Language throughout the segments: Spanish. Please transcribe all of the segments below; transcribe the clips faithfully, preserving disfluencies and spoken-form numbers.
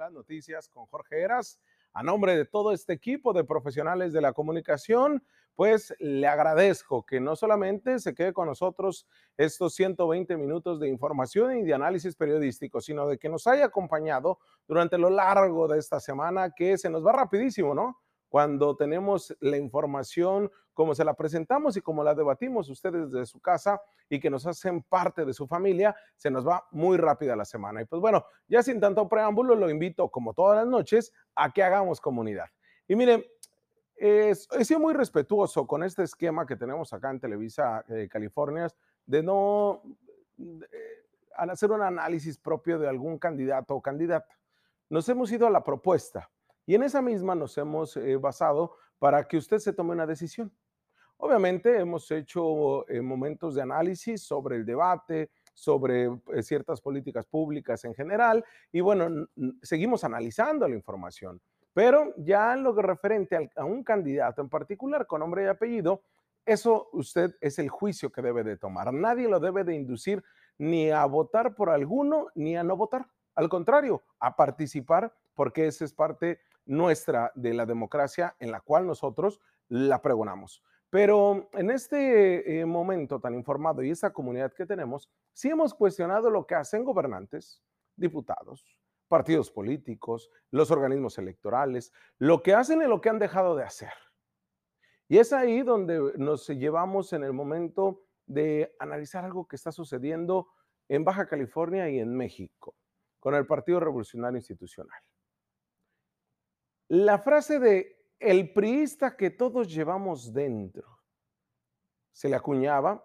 las noticias con Jorge Heras. A nombre de todo este equipo de profesionales de la comunicación, pues le agradezco que no solamente se quede con nosotros estos ciento veinte minutos de información y de análisis periodístico, sino de que nos haya acompañado durante lo largo de esta semana, que se nos va rapidísimo, ¿no? Cuando tenemos la información como se la presentamos y como la debatimos ustedes desde su casa y que nos hacen parte de su familia, se nos va muy rápida la semana. Y pues bueno, ya sin tanto preámbulo, lo invito, como todas las noches, a que hagamos comunidad. Y miren, eh, he sido muy respetuoso con este esquema que tenemos acá en Televisa eh, California, de no eh, hacer un análisis propio de algún candidato o candidata. Nos hemos ido a la propuesta y en esa misma nos hemos eh, basado para que usted se tome una decisión. Obviamente hemos hecho eh, momentos de análisis sobre el debate, sobre eh, ciertas políticas públicas en general, y bueno, n- n- seguimos analizando la información. Pero ya en lo que referente al- a un candidato en particular con nombre y apellido, eso usted es el juicio que debe de tomar. Nadie lo debe de inducir ni a votar por alguno ni a no votar. Al contrario, a participar porque esa es parte nuestra de la democracia en la cual nosotros la pregonamos. Pero en este eh, momento tan informado y esta comunidad que tenemos, sí hemos cuestionado lo que hacen gobernantes, diputados, partidos políticos, los organismos electorales, lo que hacen y lo que han dejado de hacer. Y es ahí donde nos llevamos en el momento de analizar algo que está sucediendo en Baja California y en México, con el Partido Revolucionario Institucional. La frase de el priista que todos llevamos dentro se le acuñaba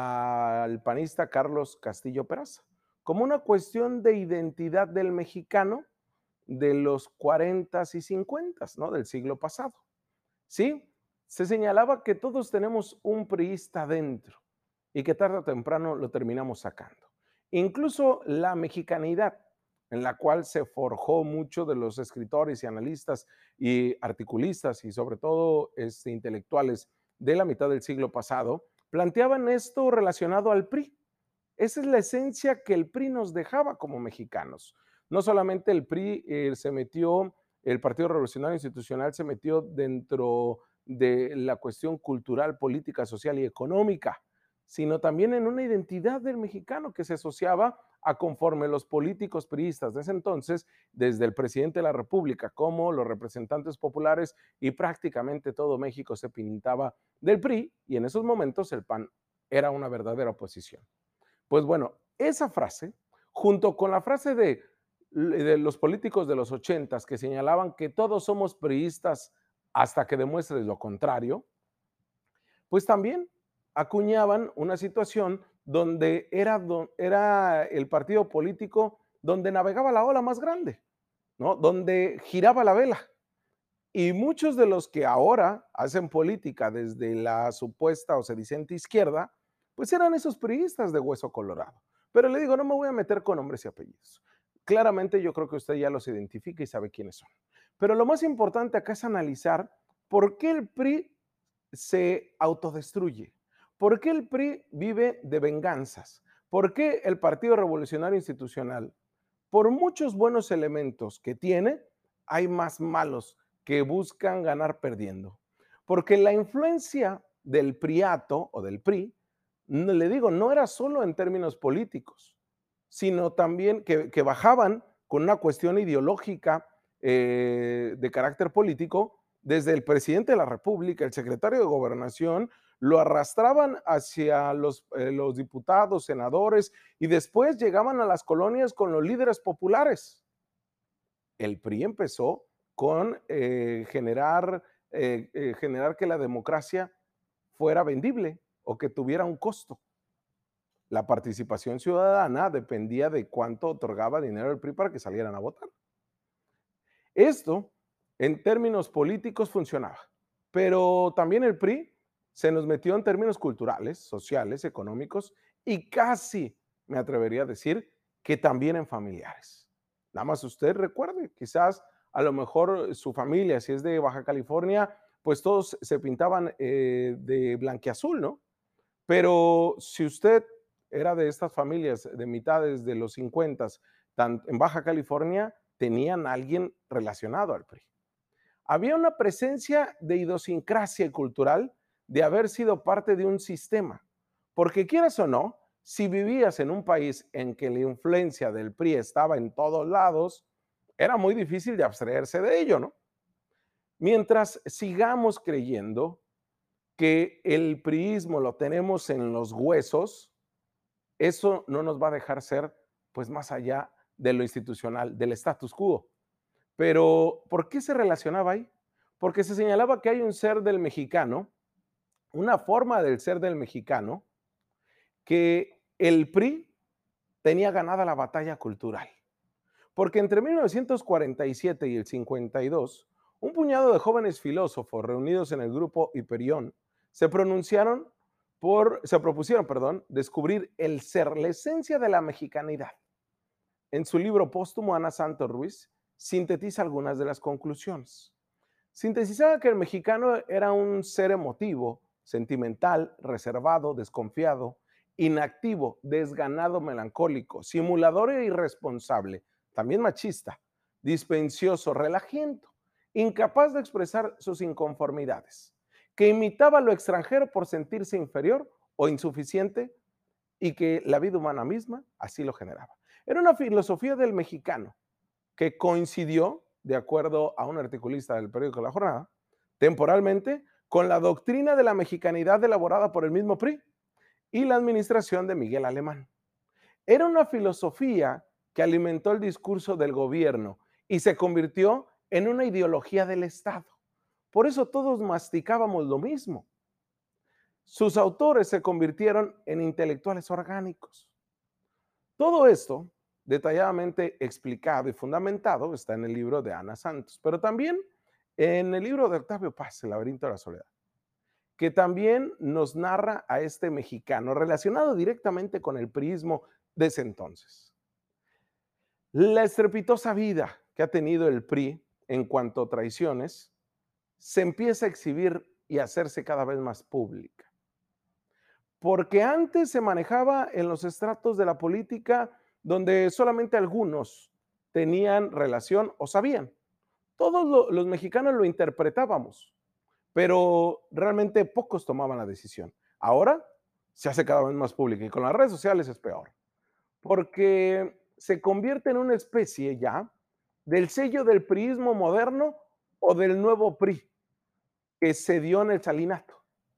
al panista Carlos Castillo Peraza, como una cuestión de identidad del mexicano de los cuarentas y cincuentas, ¿no? Del siglo pasado. ¿Sí? Se señalaba que todos tenemos un priista dentro y que tarde o temprano lo terminamos sacando. Incluso la mexicanidad, en la cual se forjó mucho de los escritores y analistas y articulistas y sobre todo este, intelectuales de la mitad del siglo pasado, planteaban esto relacionado al P R I. Esa es la esencia que el P R I nos dejaba como mexicanos. No solamente el P R I eh, se metió, el Partido Revolucionario Institucional se metió dentro de la cuestión cultural, política, social y económica, sino también en una identidad del mexicano que se asociaba a conforme los políticos priistas de ese entonces, desde el presidente de la República como los representantes populares y prácticamente todo México se pintaba del P R I y en esos momentos el P A N era una verdadera oposición. Pues bueno, esa frase, junto con la frase de, de los políticos de los ochentas que señalaban que todos somos priistas hasta que demuestres lo contrario, pues también acuñaban una situación donde era, era el partido político donde navegaba la ola más grande, ¿no? Donde giraba la vela. Y muchos de los que ahora hacen política desde la supuesta o sedicente izquierda, pues eran esos priistas de hueso colorado. Pero le digo, no me voy a meter con nombres y apellidos. Claramente yo creo que usted ya los identifica y sabe quiénes son. Pero lo más importante acá es analizar por qué el P R I se autodestruye, por qué el P R I vive de venganzas, por qué el Partido Revolucionario Institucional, por muchos buenos elementos que tiene, hay más malos que buscan ganar perdiendo. Porque la influencia del priato o del P R I, no, le digo, no era solo en términos políticos, sino también que, que bajaban con una cuestión ideológica eh, de carácter político, desde el presidente de la República, el secretario de Gobernación, lo arrastraban hacia los, eh, los diputados, senadores, y después llegaban a las colonias con los líderes populares. El P R I empezó con eh, generar, eh, eh, generar que la democracia fuera vendible o que tuviera un costo. La participación ciudadana dependía de cuánto otorgaba dinero el P R I para que salieran a votar. Esto, en términos políticos, funcionaba, pero también el P R I se nos metió en términos culturales, sociales, económicos y casi, me atrevería a decir, que también en familiares. Nada más usted recuerde, quizás a lo mejor su familia, si es de Baja California, pues todos se pintaban eh, de blanquiazul, ¿no? Pero si usted era de estas familias de mitades de los cincuenta en Baja California, tenían a alguien relacionado al P R I. Había una presencia de idiosincrasia cultural de haber sido parte de un sistema, porque quieras o no, si vivías en un país en que la influencia del P R I estaba en todos lados, era muy difícil de abstraerse de ello, ¿no? Mientras sigamos creyendo que el priismo lo tenemos en los huesos, eso no nos va a dejar ser, pues, más allá de lo institucional, del status quo. Pero, ¿por qué se relacionaba ahí? Porque se señalaba que hay un ser del mexicano, una forma del ser del mexicano, que el P R I tenía ganada la batalla cultural. Porque entre mil novecientos cuarenta y siete y el cincuenta y dos, un puñado de jóvenes filósofos reunidos en el grupo Hiperión se pronunciaron por, se propusieron, perdón, descubrir el ser, la esencia de la mexicanidad. En su libro póstumo, Ana Santos Ruiz sintetiza algunas de las conclusiones. Sintetizaba que el mexicano era un ser emotivo, sentimental, reservado, desconfiado, inactivo, desganado, melancólico, simulador e irresponsable, también machista, dispensioso, relajiento, incapaz de expresar sus inconformidades, que imitaba lo extranjero por sentirse inferior o insuficiente y que la vida humana misma así lo generaba. Era una filosofía del mexicano que coincidió, de acuerdo a un articulista del periódico La Jornada, temporalmente con la doctrina de la mexicanidad elaborada por el mismo P R I y la administración de Miguel Alemán. Era una filosofía que alimentó el discurso del gobierno y se convirtió en una ideología del Estado. Por eso todos masticábamos lo mismo. Sus autores se convirtieron en intelectuales orgánicos. Todo esto, detalladamente explicado y fundamentado, está en el libro de Ana Santos, pero también en el libro de Octavio Paz, El laberinto de la soledad, que también nos narra a este mexicano relacionado directamente con el priismo de ese entonces. La estrepitosa vida que ha tenido el P R I en cuanto a traiciones se empieza a exhibir y a hacerse cada vez más pública. Porque antes se manejaba en los estratos de la política donde solamente algunos tenían relación o sabían. Todos lo, los mexicanos lo interpretábamos, pero realmente pocos tomaban la decisión. Ahora se hace cada vez más pública y con las redes sociales es peor, porque se convierte en una especie ya del sello del priismo moderno o del nuevo P R I que se dio en el salinato.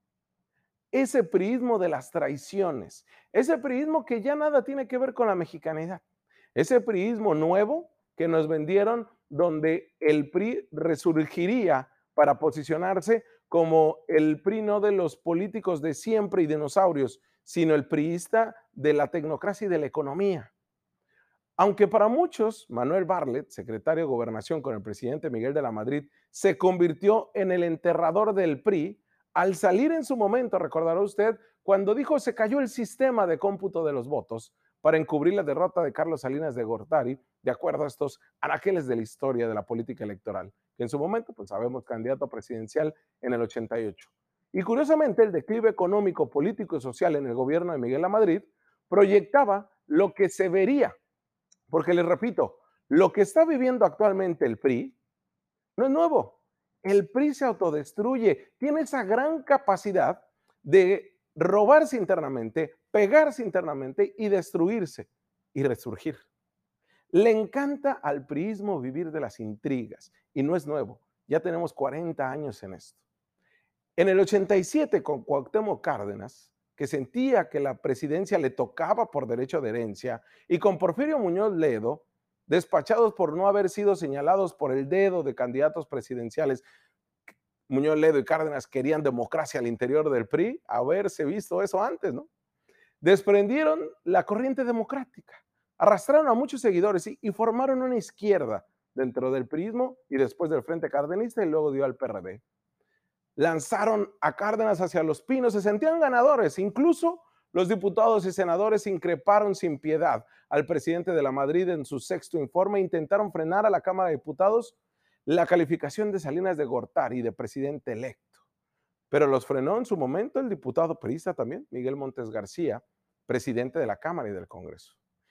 Ese priismo de las traiciones, ese priismo que ya nada tiene que ver con la mexicanidad, ese priismo nuevo que nos vendieron donde el P R I resurgiría para posicionarse como el P R I no de los políticos de siempre y dinosaurios, sino el priista de la tecnocracia y de la economía. Aunque para muchos, Manuel Bartlett, secretario de Gobernación con el presidente Miguel de la Madrid, se convirtió en el enterrador del P R I, al salir en su momento, recordará usted, cuando dijo se cayó el sistema de cómputo de los votos para encubrir la derrota de Carlos Salinas de Gortari, de acuerdo a estos anaqueles de la historia de la política electoral, que en su momento, pues sabemos, candidato presidencial en el ochenta y ocho. Y curiosamente, el declive económico, político y social en el gobierno de Miguel de la Madrid proyectaba lo que se vería. Porque les repito, lo que está viviendo actualmente el P R I no es nuevo. El P R I se autodestruye, tiene esa gran capacidad de robarse internamente, pegarse internamente y destruirse y resurgir. Le encanta al priismo vivir de las intrigas y no es nuevo. Ya tenemos cuarenta años en esto. En el ochenta y siete con Cuauhtémoc Cárdenas, que sentía que la presidencia le tocaba por derecho de herencia, y con Porfirio Muñoz Ledo, despachados por no haber sido señalados por el dedo de candidatos presidenciales. Muñoz Ledo y Cárdenas querían democracia al interior del P R I, haberse visto eso antes, ¿no? Desprendieron la corriente democrática, arrastraron a muchos seguidores y, y formaron una izquierda dentro del priismo y después del Frente Cardenista y luego dio al P R D. Lanzaron a Cárdenas hacia los pinos, se sentían ganadores, incluso los diputados y senadores increparon sin piedad al presidente de la Madrid en su sexto informe e intentaron frenar a la Cámara de Diputados la calificación de Salinas de Gortari de presidente electo. Pero los frenó en su momento el diputado priista también, Miguel Montes García, presidente de la Cámara y del Congreso.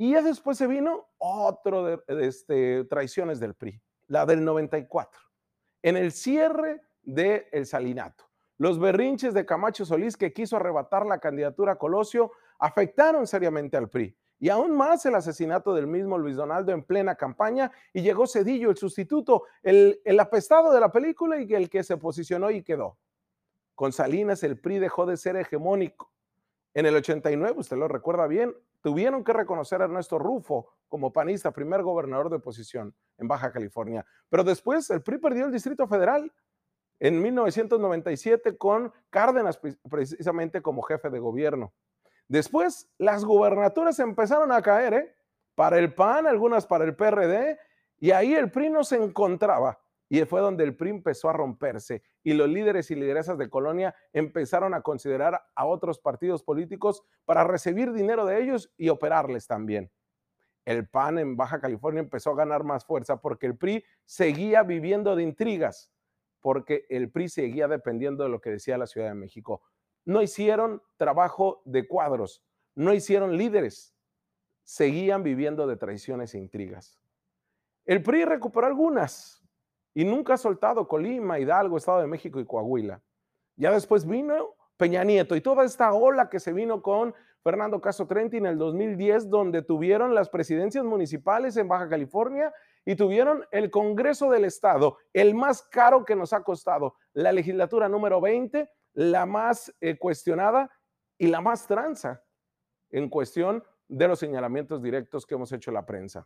Y ya después se vino otro de, de este, traiciones del P R I, la del noventa y cuatro, en el cierre del de Salinato. Los berrinches de Camacho Solís, que quiso arrebatar la candidatura a Colosio, afectaron seriamente al P R I. Y aún más el asesinato del mismo Luis Donaldo en plena campaña, y llegó Cedillo, el sustituto, el, el apestado de la película y el que se posicionó y quedó. Con Salinas el P R I dejó de ser hegemónico. En el ochenta y nueve, usted lo recuerda bien, tuvieron que reconocer a Ernesto Rufo como panista, primer gobernador de oposición en Baja California. Pero después el P R I perdió el Distrito Federal en mil novecientos noventa y siete con Cárdenas precisamente como jefe de gobierno. Después las gubernaturas empezaron a caer, ¿eh? Para el P A N, algunas para el P R D, y ahí el P R I no se encontraba. Y fue donde el P R I empezó a romperse y los líderes y lideresas de Colonia empezaron a considerar a otros partidos políticos para recibir dinero de ellos y operarles también. El P A N en Baja California empezó a ganar más fuerza porque el P R I seguía viviendo de intrigas, porque el P R I seguía dependiendo de lo que decía la Ciudad de México. No hicieron trabajo de cuadros, no hicieron líderes, seguían viviendo de traiciones e intrigas. El P R I recuperó algunas y nunca ha soltado Colima, Hidalgo, Estado de México y Coahuila. Ya después vino Peña Nieto y toda esta ola que se vino con Fernando Castro Trenti en el dos mil diez, donde tuvieron las presidencias municipales en Baja California y tuvieron el Congreso del Estado, el más caro que nos ha costado, la legislatura número veinte, la más eh, cuestionada y la más tranza en cuestión de los señalamientos directos que hemos hecho la prensa.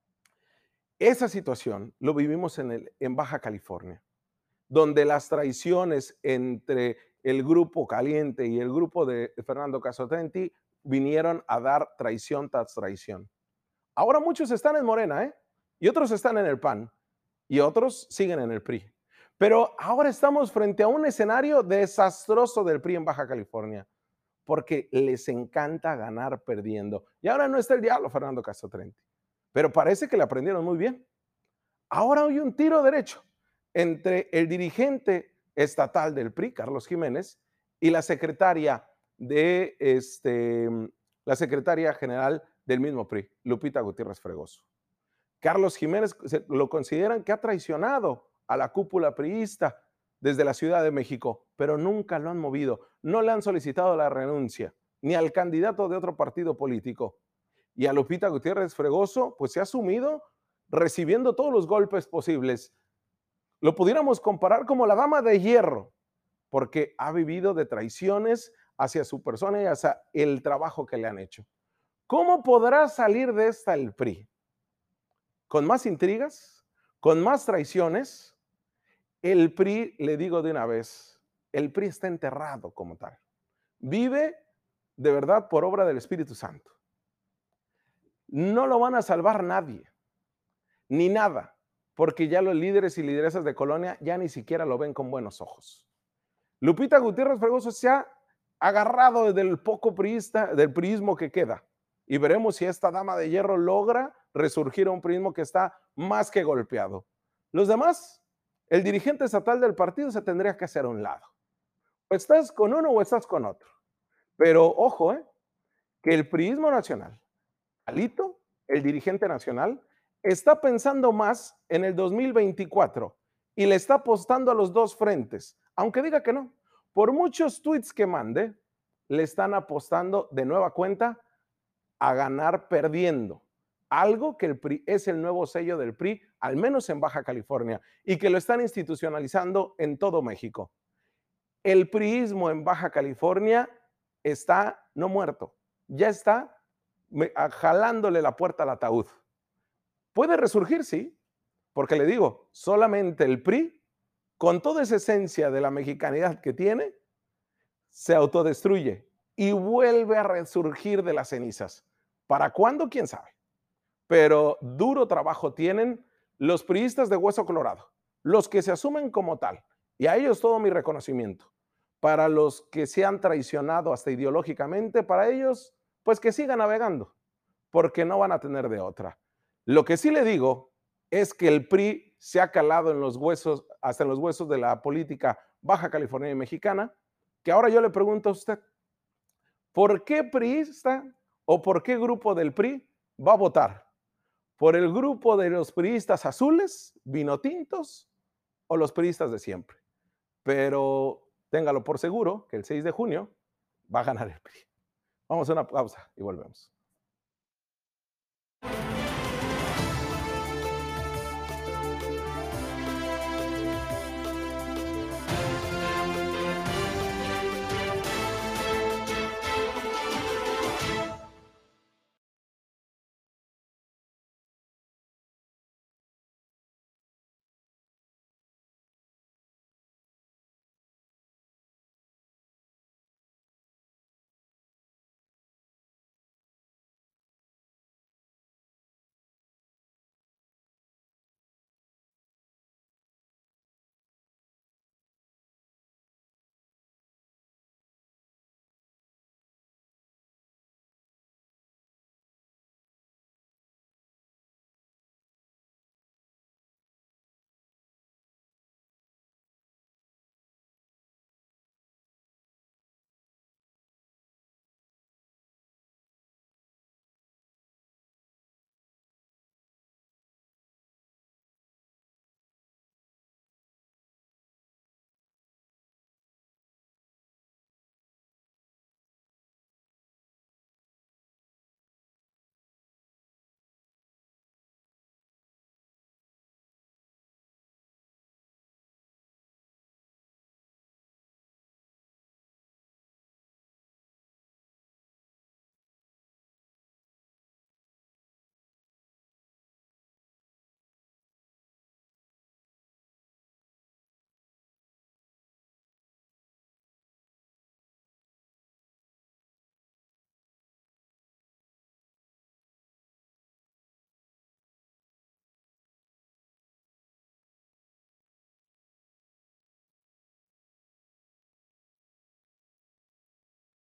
Esa situación lo vivimos en, el, en Baja California, donde las traiciones entre el grupo caliente y el grupo de Fernando Castro Trenti vinieron a dar traición tras traición. Ahora muchos están en Morena, ¿eh? Y otros están en el P A N, y otros siguen en el P R I. Pero ahora estamos frente a un escenario desastroso del P R I en Baja California, porque les encanta ganar perdiendo. Y ahora no está el diablo Fernando Castro Trenti, pero parece que le aprendieron muy bien. Ahora hay un tiro derecho entre el dirigente estatal del P R I, Carlos Jiménez, y la secretaria de este, la secretaria general del mismo P R I, Lupita Gutiérrez Fregoso. Carlos Jiménez lo consideran que ha traicionado a la cúpula priista desde la Ciudad de México, pero nunca lo han movido, no le han solicitado la renuncia, ni al candidato de otro partido político. Y a Lupita Gutiérrez Fregoso, pues se ha sumido recibiendo todos los golpes posibles. Lo pudiéramos comparar como la dama de hierro, porque ha vivido de traiciones hacia su persona y hacia el trabajo que le han hecho. ¿Cómo podrá salir de esta el P R I? ¿Con más intrigas? ¿Con más traiciones? El P R I, le digo de una vez, el P R I está enterrado como tal. Vive de verdad por obra del Espíritu Santo. No lo van a salvar nadie, ni nada, porque ya los líderes y lideresas de Colonia ya ni siquiera lo ven con buenos ojos. Lupita Gutiérrez Fregoso se ha agarrado del poco priista, del priismo que queda, y veremos si esta dama de hierro logra resurgir a un priismo que está más que golpeado. Los demás, el dirigente estatal del partido se tendría que hacer a un lado. O estás con uno o estás con otro. Pero ojo, ¿eh? Que el priismo nacional, Alito, el dirigente nacional, está pensando más en el dos mil veinticuatro y le está apostando a los dos frentes, aunque diga que no. Por muchos tweets que mande, le están apostando de nueva cuenta a ganar perdiendo. Algo que el P R I es el nuevo sello del P R I, al menos en Baja California, y que lo están institucionalizando en todo México. El priismo en Baja California está no muerto, ya está jalándole la puerta al ataúd. Puede resurgir, sí, porque le digo, solamente el P R I, con toda esa esencia de la mexicanidad que tiene, se autodestruye y vuelve a resurgir de las cenizas. ¿Para cuándo? ¿Quién sabe? Pero duro trabajo tienen los priistas de hueso colorado, los que se asumen como tal, y a ellos todo mi reconocimiento. Para los que se han traicionado hasta ideológicamente, para ellos, pues que sigan navegando, porque no van a tener de otra. Lo que sí le digo es que el P R I se ha calado en los huesos, hasta en los huesos de la política baja californiana y mexicana, que ahora yo le pregunto a usted, ¿por qué priista o por qué grupo del P R I va a votar por el grupo de los priistas azules, vinotintos o los priistas de siempre. Pero téngalo por seguro que el seis de junio va a ganar el P R I. Vamos a una pausa y volvemos.